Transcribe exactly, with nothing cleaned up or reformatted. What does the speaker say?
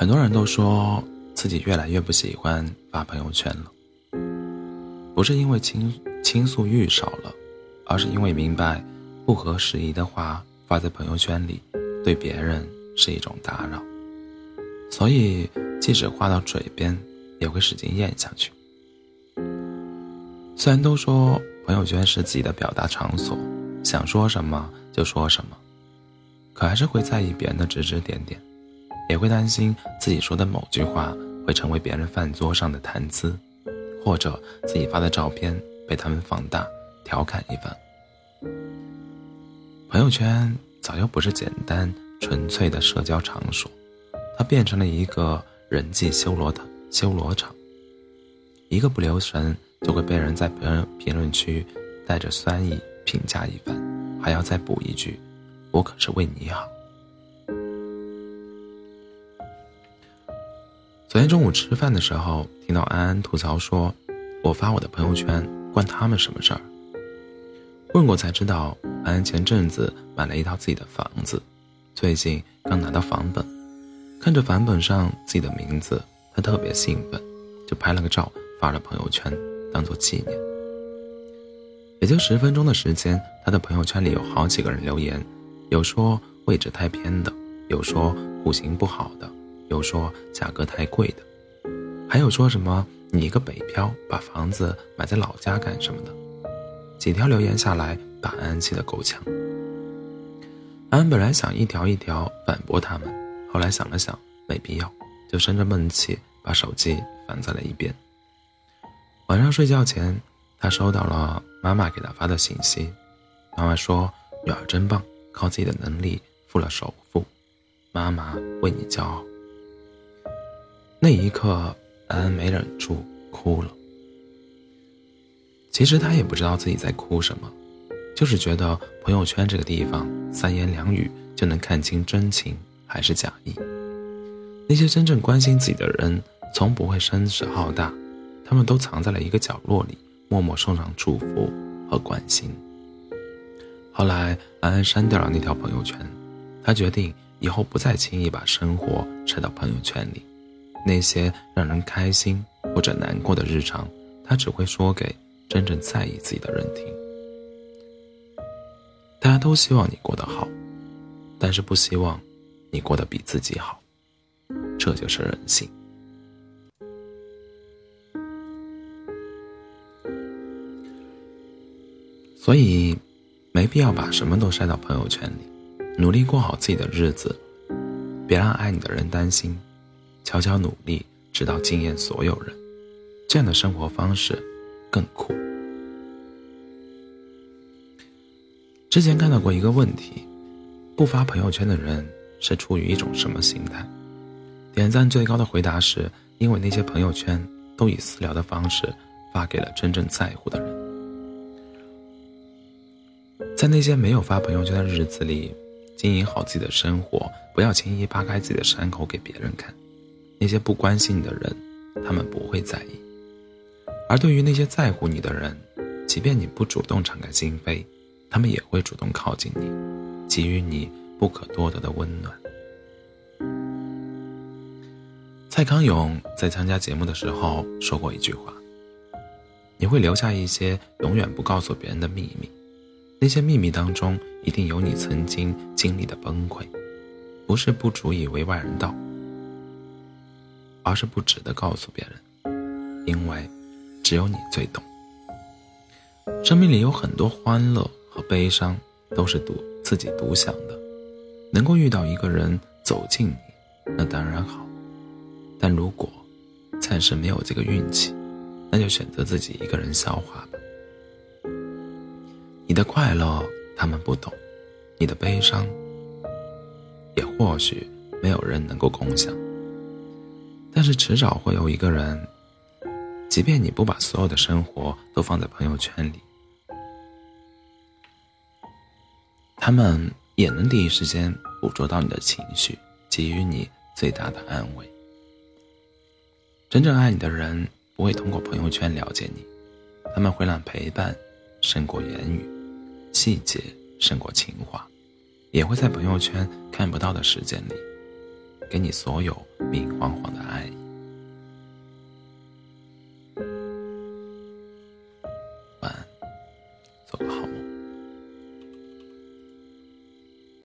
很多人都说自己越来越不喜欢发朋友圈了，不是因为倾倾诉欲少了，而是因为明白不合时宜的话发在朋友圈里对别人是一种打扰，所以即使话到嘴边也会使劲咽下去。虽然都说朋友圈是自己的表达场所，想说什么就说什么，可还是会在意别人的指指点点，也会担心自己说的某句话会成为别人饭桌上的谈资，或者自己发的照片被他们放大调侃一番。朋友圈早就不是简单纯粹的社交场所，它变成了一个人际修罗场修罗场，一个不留神就会被人在评论区带着酸意评价一番，还要再补一句我可是为你好。昨天中午吃饭的时候，听到安安吐槽说我发我的朋友圈关他们什么事儿。问过才知道，安安前阵子买了一套自己的房子，最近刚拿到房本，看着房本上自己的名字，他特别兴奋，就拍了个照发了朋友圈当做纪念。也就十分钟的时间，他的朋友圈里有好几个人留言，有说位置太偏的，有说户型不好的，有说价格太贵的，还有说什么你一个北漂把房子买在老家干什么的。几条留言下来，把安安气得够呛。安安本来想一条一条反驳他们，后来想了想没必要，就生着闷气把手机放在了一边。晚上睡觉前，他收到了妈妈给他发的信息，妈妈说女儿真棒，靠自己的能力付了首付，妈妈为你骄傲。那一刻，安安没忍住哭了。其实他也不知道自己在哭什么，就是觉得朋友圈这个地方三言两语就能看清真情还是假意。那些真正关心自己的人从不会声势浩大，他们都藏在了一个角落里，默默送上祝福和关心。后来安安删掉了那条朋友圈，他决定以后不再轻易把生活晒到朋友圈里，那些让人开心或者难过的日常，他只会说给真正在意自己的人听。大家都希望你过得好，但是不希望你过得比自己好，这就是人性。所以没必要把什么都晒到朋友圈里，努力过好自己的日子，别让爱你的人担心，悄悄努力直到惊艳所有人，这样的生活方式更酷。之前看到过一个问题，不发朋友圈的人是出于一种什么心态？点赞最高的回答是因为那些朋友圈都以私聊的方式发给了真正在乎的人。在那些没有发朋友圈的日子里，经营好自己的生活，不要轻易扒开自己的伤口给别人看。那些不关心你的人，他们不会在意。而对于那些在乎你的人，即便你不主动敞开心扉，他们也会主动靠近你，给予你不可多得的温暖。蔡康永在参加节目的时候说过一句话，你会留下一些永远不告诉别人的秘密，那些秘密当中一定有你曾经经历的崩溃，不是不足以为外人道，而是不值得告诉别人，因为只有你最懂。生命里有很多欢乐和悲伤都是独自己独享的，能够遇到一个人走近你，那当然好，但如果暂时没有这个运气，那就选择自己一个人消化吧。你的快乐他们不懂，你的悲伤也或许没有人能够共享，但是迟早会有一个人，即便你不把所有的生活都放在朋友圈里，他们也能第一时间捕捉到你的情绪，给予你最大的安慰。真正爱你的人不会通过朋友圈了解你，他们会让陪伴胜过言语，细节胜过情话，也会在朋友圈看不到的时间里，给你所有明晃晃的爱意。